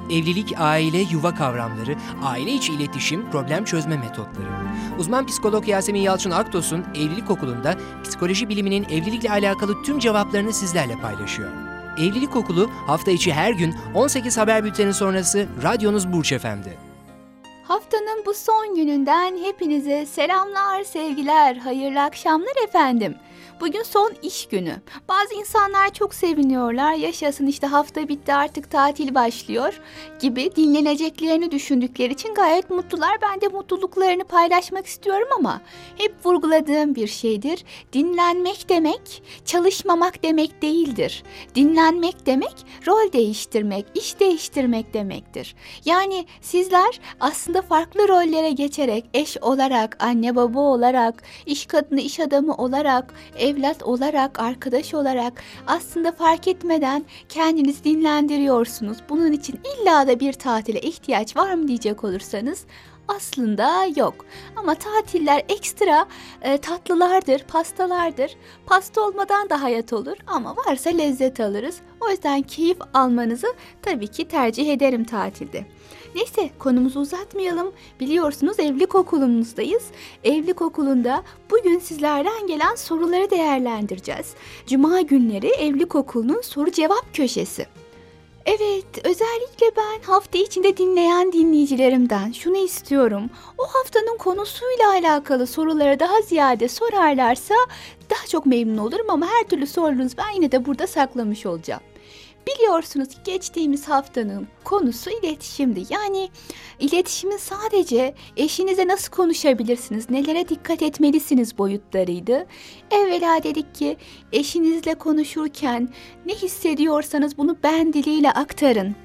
Evlilik, aile, yuva kavramları, aile içi iletişim, problem çözme metotları. Uzman psikolog Yasemin Yalçın Aktos'un Evlilik Okulu'nda psikoloji biliminin evlilikle alakalı tüm cevaplarını sizlerle paylaşıyor. Evlilik Okulu hafta içi her gün 18 haber bülteni sonrası radyonuz Burç FM'de. Haftanın bu son gününden hepinize selamlar, sevgiler, hayırlı akşamlar efendim. Bugün son iş günü. Bazı insanlar çok seviniyorlar. Yaşasın işte hafta bitti artık tatil başlıyor gibi dinleneceklerini düşündükleri için gayet mutlular. Ben de mutluluklarını paylaşmak istiyorum ama hep vurguladığım bir şeydir. Dinlenmek demek çalışmamak demek değildir. Dinlenmek demek rol değiştirmek, iş değiştirmek demektir. Yani sizler aslında farklı rollere geçerek eş olarak, anne baba olarak, iş kadını, iş adamı olarak, evlat olarak, arkadaş olarak aslında fark etmeden kendinizi dinlendiriyorsunuz. Bunun için illa da bir tatile ihtiyaç var mı diyecek olursanız aslında yok. Ama tatiller ekstra tatlılardır, pastalardır. Pasta olmadan da hayat olur ama varsa lezzet alırız. O yüzden keyif almanızı tabii ki tercih ederim tatilde. Neyse konumuzu uzatmayalım. Biliyorsunuz evlilik okulumuzdayız. Evlilik okulunda bugün sizlerden gelen soruları değerlendireceğiz. Cuma günleri evlilik okulunun soru cevap köşesi. Evet, özellikle ben hafta içinde dinleyen dinleyicilerimden şunu istiyorum. O haftanın konusuyla alakalı soruları daha ziyade sorarlarsa daha çok memnun olurum ama her türlü sorunuzu ben yine de burada saklamış olacağım. Biliyorsunuz ki geçtiğimiz haftanın konusu iletişimdi. Yani iletişimin sadece eşinize nasıl konuşabilirsiniz, nelere dikkat etmelisiniz boyutlarıydı. Evvela dedik ki eşinizle konuşurken ne hissediyorsanız bunu ben diliyle aktarın.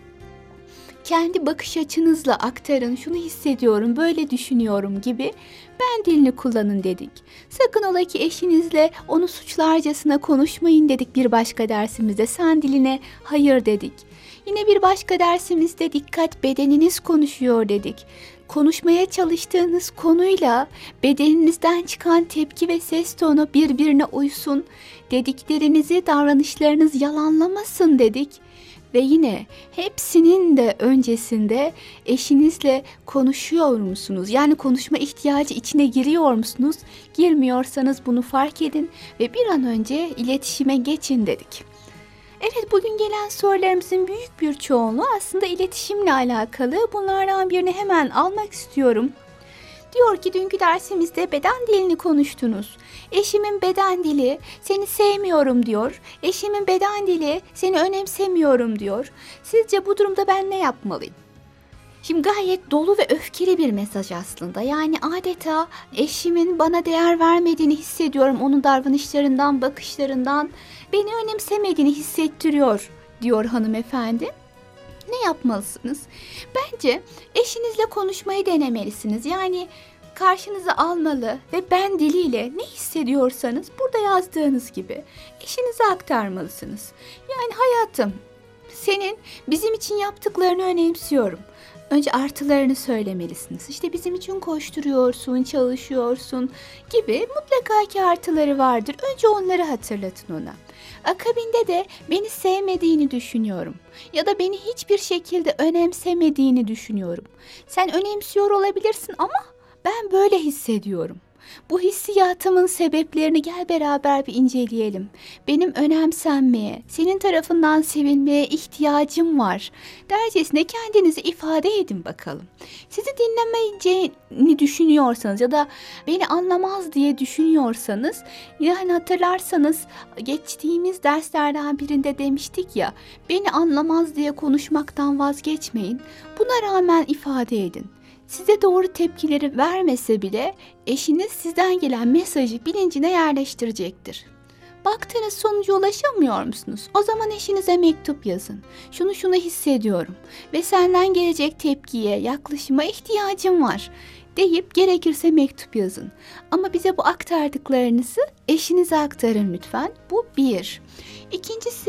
Kendi bakış açınızla aktarın, şunu hissediyorum, böyle düşünüyorum gibi ben dilini kullanın dedik. Sakın ola ki eşinizle onu suçlarcasına konuşmayın dedik bir başka dersimizde. Sen diline hayır dedik. Yine bir başka dersimizde dikkat bedeniniz konuşuyor dedik. Konuşmaya çalıştığınız konuyla bedeninizden çıkan tepki ve ses tonu birbirine uysun. Dediklerinizi davranışlarınız yalanlamasın dedik. Ve yine hepsinin de öncesinde eşinizle konuşuyor musunuz? Yani konuşma ihtiyacı içine giriyor musunuz? Girmiyorsanız bunu fark edin ve bir an önce iletişime geçin dedik. Evet, bugün gelen sorularımızın büyük bir çoğunluğu aslında iletişimle alakalı. Bunlardan birini hemen almak istiyorum. Diyor ki dünkü dersimizde beden dilini konuştunuz. Eşimin beden dili seni sevmiyorum diyor. Eşimin beden dili seni önemsemiyorum diyor. Sizce bu durumda ben ne yapmalıyım? Şimdi gayet dolu ve öfkeli bir mesaj aslında. Yani adeta eşimin bana değer vermediğini hissediyorum. Onun davranışlarından, bakışlarından beni önemsemediğini hissettiriyor diyor hanımefendi. Ne yapmalısınız? Bence eşinizle konuşmayı denemelisiniz. Yani karşınıza almalı ve ben diliyle ne hissediyorsanız burada yazdığınız gibi eşinize aktarmalısınız. Yani hayatım, senin bizim için yaptıklarını önemsiyorum. Önce artılarını söylemelisiniz. İşte bizim için koşturuyorsun, çalışıyorsun gibi mutlaka ki artıları vardır. Önce onları hatırlatın ona. Akabinde de beni sevmediğini düşünüyorum ya da beni hiçbir şekilde önemsemediğini düşünüyorum. Sen önemsiyor olabilirsin ama ben böyle hissediyorum. Bu hissiyatımın sebeplerini gel beraber bir inceleyelim. Benim önemsenmeye, senin tarafından sevilmeye ihtiyacım var dercesine kendinizi ifade edin bakalım. Sizi dinlemeyeceğini düşünüyorsanız ya da beni anlamaz diye düşünüyorsanız, yani hatırlarsanız geçtiğimiz derslerden birinde demiştik ya, beni anlamaz diye konuşmaktan vazgeçmeyin. Buna rağmen ifade edin. Size doğru tepkileri vermese bile eşiniz sizden gelen mesajı bilincine yerleştirecektir. Baktığınız sonuca ulaşamıyor musunuz? O zaman eşinize mektup yazın. Şunu hissediyorum ve senden gelecek tepkiye, yaklaşıma ihtiyacım var deyip gerekirse mektup yazın. Ama bize bu aktardıklarınızı eşinize aktarın lütfen. Bu bir. İkincisi,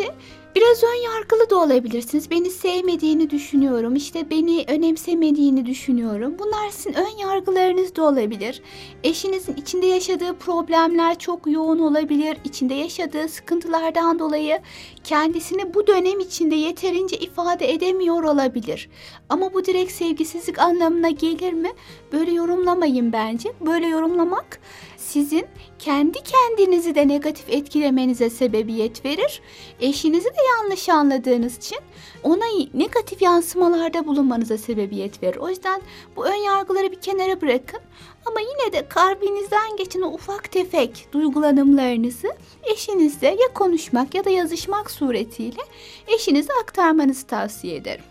Biraz ön yargılı da olabilirsiniz. Beni sevmediğini düşünüyorum. İşte beni önemsemediğini düşünüyorum. Bunlar sizin ön yargılarınız da olabilir. Eşinizin içinde yaşadığı problemler çok yoğun olabilir. İçinde yaşadığı sıkıntılardan dolayı kendisini bu dönem içinde yeterince ifade edemiyor olabilir. Ama bu direkt sevgisizlik anlamına gelir mi? Böyle yorumlamayın bence. Böyle yorumlamak sizin kendi kendinizi de negatif etkilemenize sebebiyet verir. Eşinizi de yanlış anladığınız için ona negatif yansımalarda bulunmanıza sebebiyet verir. O yüzden bu ön yargıları bir kenara bırakın. Ama yine de kalbinizden geçen o ufak tefek duygulanımlarınızı eşinizle ya konuşmak ya da yazışmak suretiyle eşinize aktarmanızı tavsiye ederim.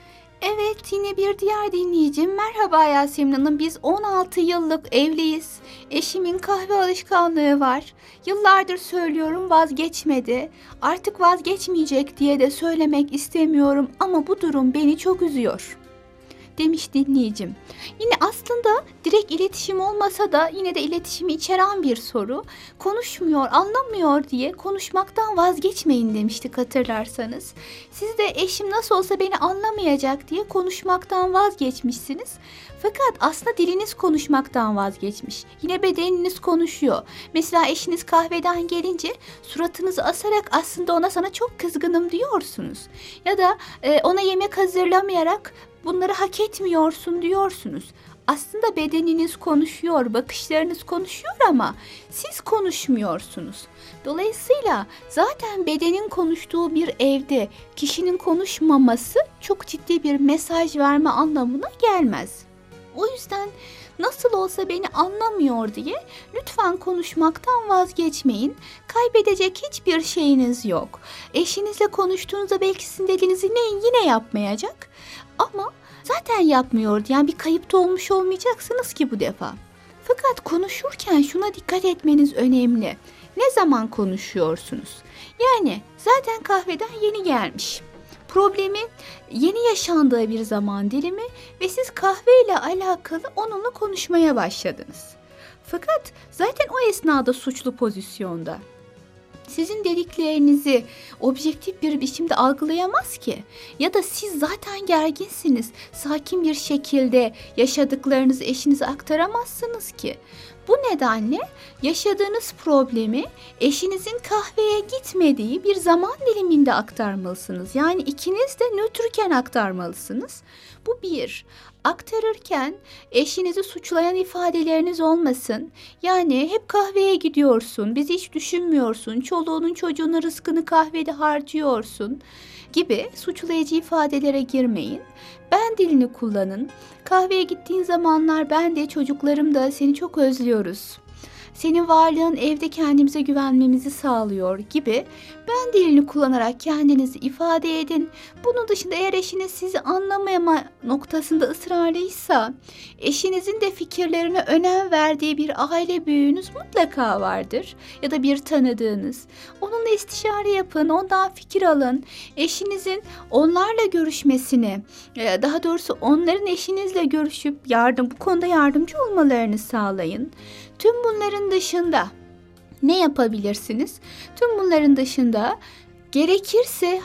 Evet, yine bir diğer dinleyicim. Merhaba Yasemin Hanım, biz 16 yıllık evliyiz. Eşimin kahve alışkanlığı var. Yıllardır söylüyorum, vazgeçmedi. Artık vazgeçmeyecek diye de söylemek istemiyorum ama bu durum beni çok üzüyor, demiş dinleyicim. Yine aslında direkt iletişim olmasa da yine de iletişimi içeren bir soru. Konuşmuyor, anlamıyor diye konuşmaktan vazgeçmeyin demiştik, hatırlarsanız. Siz de eşim nasıl olsa beni anlamayacak diye konuşmaktan vazgeçmişsiniz. Fakat aslında diliniz konuşmaktan vazgeçmiş. Yine bedeniniz konuşuyor. Mesela eşiniz kahveden gelince suratınızı asarak aslında sana çok kızgınım diyorsunuz. Ya da ona yemek hazırlamayarak bunları hak etmiyorsun diyorsunuz. Aslında bedeniniz konuşuyor, bakışlarınız konuşuyor ama siz konuşmuyorsunuz. Dolayısıyla zaten bedenin konuştuğu bir evde kişinin konuşmaması çok ciddi bir mesaj verme anlamına gelmez. O yüzden nasıl olsa beni anlamıyor diye lütfen konuşmaktan vazgeçmeyin. Kaybedecek hiçbir şeyiniz yok. Eşinizle konuştuğunuzda belki sizin dediğinizi yine yapmayacak. Ama zaten yapmıyordu. Yani bir kayıp da olmuş olmayacaksınız ki bu defa. Fakat konuşurken şuna dikkat etmeniz önemli. Ne zaman konuşuyorsunuz? Yani zaten kahveden yeni gelmiş. Problemi yeni yaşandığı bir zaman dilimi ve siz kahveyle alakalı onunla konuşmaya başladınız. Fakat zaten o esnada suçlu pozisyonda. Sizin dediklerinizi objektif bir biçimde algılayamaz ki. Ya da siz zaten gerginsiniz. Sakin bir şekilde yaşadıklarınızı eşinize aktaramazsınız ki. Bu nedenle yaşadığınız problemi eşinizin kahveye gitmediği bir zaman diliminde aktarmalısınız. Yani ikiniz de nötrken aktarmalısınız. Bu bir. Aktarırken eşinizi suçlayan ifadeleriniz olmasın. Yani hep kahveye gidiyorsun, bizi hiç düşünmüyorsun, çoluğunun çocuğunun rızkını kahvede harcıyorsun gibi suçlayıcı ifadelere girmeyin. Ben dilini kullanın. Kahveye gittiğin zamanlar ben de çocuklarım da seni çok özlüyoruz. Senin varlığın evde kendimize güvenmemizi sağlıyor gibi ben dilini kullanarak kendinizi ifade edin. Bunun dışında eğer eşiniz sizi anlamayama noktasında ısrarlıysa, eşinizin de fikirlerine önem verdiği bir aile büyüğünüz mutlaka vardır. Ya da bir tanıdığınız. Onunla istişare yapın, ondan fikir alın. Eşinizin onlarla görüşmesini, daha doğrusu onların eşinizle görüşüp bu konuda yardımcı olmalarını sağlayın. Tüm bunların dışında ne yapabilirsiniz? Tüm bunların dışında gerekirse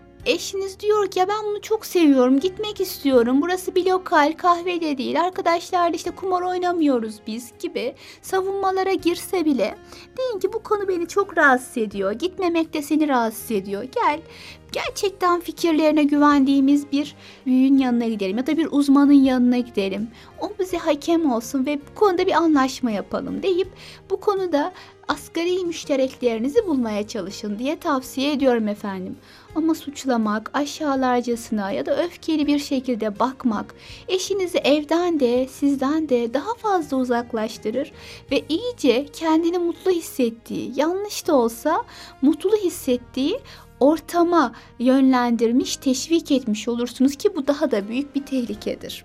eşiniz diyor ki ya ben bunu çok seviyorum, gitmek istiyorum. Burası bir lokal, kahve de değil. Arkadaşlarla işte kumar oynamıyoruz biz gibi savunmalara girse bile deyin ki bu konu beni çok rahatsız ediyor. Gitmemek de seni rahatsız ediyor. Gel. Gerçekten fikirlerine güvendiğimiz bir büyüğün yanına gidelim ya da bir uzmanın yanına gidelim. O bize hakem olsun ve bu konuda bir anlaşma yapalım deyip bu konuda asgari müştereklerinizi bulmaya çalışın diye tavsiye ediyorum efendim. Ama suçlamak, aşağılarcasına ya da öfkeli bir şekilde bakmak eşinizi evden de sizden de daha fazla uzaklaştırır ve iyice kendini mutlu hissettiği, yanlış da olsa mutlu hissettiği ortama yönlendirmiş, teşvik etmiş olursunuz ki bu daha da büyük bir tehlikedir.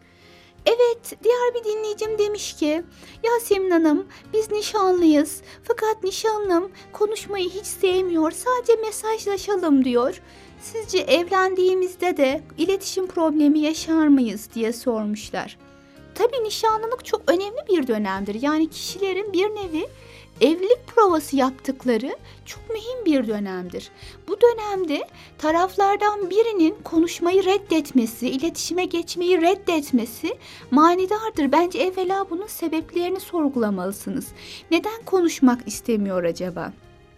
Evet, diğer bir dinleyicim demiş ki Yasemin Hanım biz nişanlıyız fakat nişanlım konuşmayı hiç sevmiyor, sadece mesajlaşalım diyor. Sizce evlendiğimizde de iletişim problemi yaşar mıyız diye sormuşlar. Tabii nişanlılık çok önemli bir dönemdir. Yani kişilerin bir nevi evlilik provası yaptıkları çok mühim bir dönemdir. Bu dönemde taraflardan birinin konuşmayı reddetmesi, iletişime geçmeyi reddetmesi manidardır. Bence evvela bunun sebeplerini sorgulamalısınız. Neden konuşmak istemiyor acaba?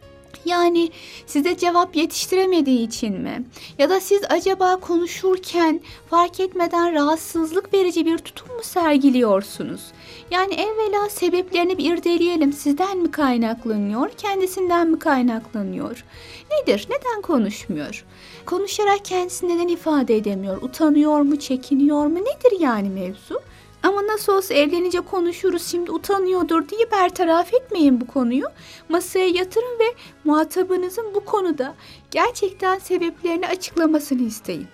Yani size cevap yetiştiremediği için mi? Ya da siz acaba konuşurken fark etmeden rahatsızlık verici bir tutum mu sergiliyorsunuz? Yani evvela sebeplerini bir irdeleyelim. Sizden mi kaynaklanıyor, kendisinden mi kaynaklanıyor? Nedir? Neden konuşmuyor? Konuşarak kendisini neden ifade edemiyor? Utanıyor mu, çekiniyor mu? Nedir yani mevzu? Ama nasıl olsa evlenince konuşuruz, şimdi utanıyordur diye bertaraf etmeyin bu konuyu. Masaya yatırın ve muhatabınızın bu konuda gerçekten sebeplerini açıklamasını isteyin.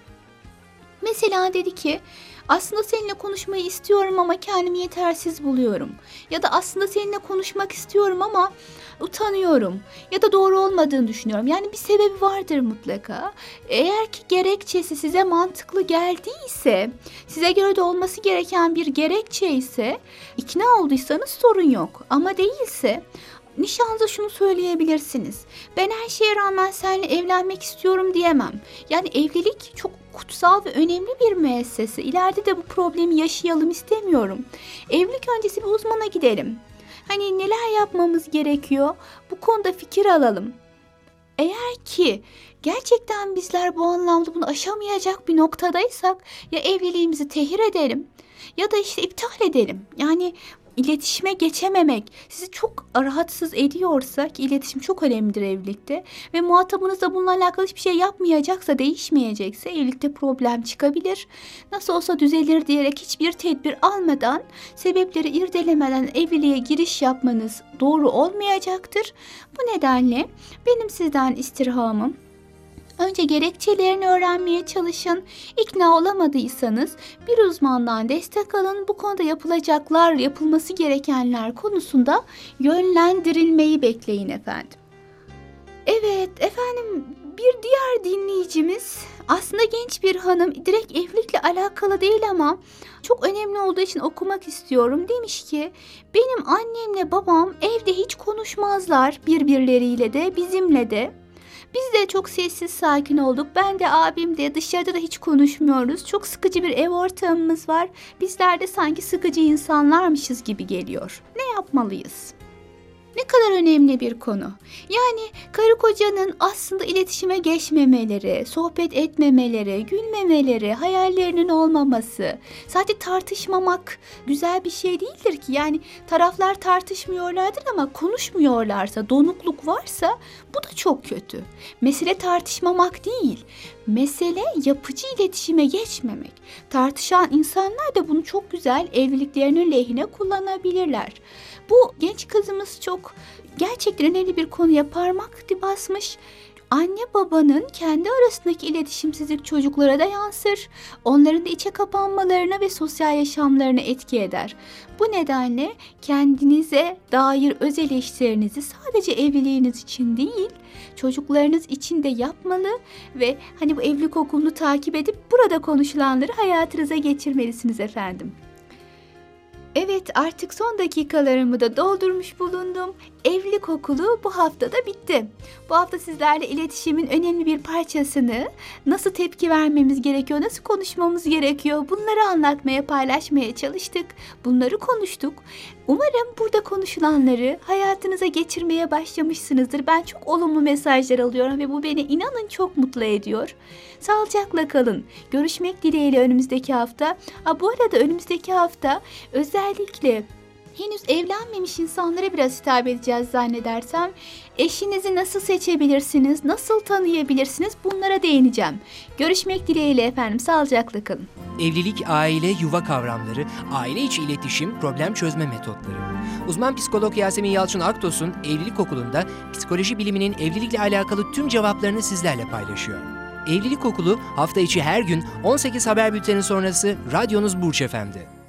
Mesela dedi ki, aslında seninle konuşmayı istiyorum ama kendimi yetersiz buluyorum. Ya da aslında seninle konuşmak istiyorum ama utanıyorum. Ya da doğru olmadığını düşünüyorum. Yani bir sebebi vardır mutlaka. Eğer ki gerekçesi size mantıklı geldiyse, size göre de olması gereken bir gerekçe ise, ikna olduysanız sorun yok. Ama değilse nişanlıza şunu söyleyebilirsiniz. Ben her şeye rağmen seninle evlenmek istiyorum diyemem. Yani evlilik çok kutsal ve önemli bir müessese. İleride de bu problemi yaşayalım istemiyorum. Evlilik öncesi bir uzmana gidelim. Hani neler yapmamız gerekiyor? Bu konuda fikir alalım. Eğer ki gerçekten bizler bu anlamda bunu aşamayacak bir noktadaysak ya evliliğimizi tehir edelim ya da işte iptal edelim. Yani İletişime geçememek sizi çok rahatsız ediyorsa, ki iletişim çok önemlidir evlilikte ve muhatabınız da bununla alakalı hiçbir şey yapmayacaksa, değişmeyecekse evlilikte problem çıkabilir. Nasıl olsa düzelir diyerek hiçbir tedbir almadan, sebepleri irdelemeden evliliğe giriş yapmanız doğru olmayacaktır. Bu nedenle benim sizden istirhamım, önce gerekçelerini öğrenmeye çalışın. İkna olamadıysanız bir uzmandan destek alın. Bu konuda yapılacaklar, yapılması gerekenler konusunda yönlendirilmeyi bekleyin efendim. Evet efendim, bir diğer dinleyicimiz aslında genç bir hanım, direkt evlilikle alakalı değil ama çok önemli olduğu için okumak istiyorum. Demiş ki, benim annemle babam evde hiç konuşmazlar, birbirleriyle de bizimle de. Biz de çok sessiz sakin olduk. Ben de abim de dışarıda da hiç konuşmuyoruz. Çok sıkıcı bir ev ortamımız var. Bizler de sanki sıkıcı insanlarmışız gibi geliyor. Ne yapmalıyız? Ne kadar önemli bir konu. Yani karı kocanın aslında iletişime geçmemeleri, sohbet etmemeleri, gülmemeleri, hayallerinin olmaması. Sadece tartışmamak güzel bir şey değildir ki. Yani taraflar tartışmıyorlardır ama konuşmuyorlarsa, donukluk varsa bu da çok kötü. Mesele tartışmamak değil. Mesele yapıcı iletişime geçmemek. Tartışan insanlar da bunu çok güzel evliliklerinin lehine kullanabilirler. Bu genç kızımız çok gerçekten önemli bir konuya parmak basmış. Anne babanın kendi arasındaki iletişimsizlik çocuklara da yansır. Onların da içe kapanmalarına ve sosyal yaşamlarına etki eder. Bu nedenle kendinize dair öz eleştirinizi sadece evliliğiniz için değil, çocuklarınız için de yapmalı ve hani bu evlilik okulunu takip edip burada konuşulanları hayatınıza geçirmelisiniz efendim. Evet, artık son dakikalarımı da doldurmuş bulundum. Evlilik okulu bu hafta da bitti. Bu hafta sizlerle iletişimin önemli bir parçasını, nasıl tepki vermemiz gerekiyor, nasıl konuşmamız gerekiyor, bunları anlatmaya, paylaşmaya çalıştık. Bunları konuştuk. Umarım burada konuşulanları hayatınıza geçirmeye başlamışsınızdır. Ben çok olumlu mesajlar alıyorum ve bu beni inanın çok mutlu ediyor. Sağlıcakla kalın. Görüşmek dileğiyle önümüzdeki hafta. Bu arada önümüzdeki hafta özellikle henüz evlenmemiş insanlara biraz hitap edeceğiz zannedersem. Eşinizi nasıl seçebilirsiniz, nasıl tanıyabilirsiniz, bunlara değineceğim. Görüşmek dileğiyle efendim, sağlıcakla kalın. Evlilik, aile, yuva kavramları, aile içi iletişim, problem çözme metotları. Uzman psikolog Yasemin Yalçın Aktos'un Evlilik Okulu'nda psikoloji biliminin evlilikle alakalı tüm cevaplarını sizlerle paylaşıyor. Evlilik Okulu hafta içi her gün 18 haber bülteni sonrası radyonuz Burç FM'de.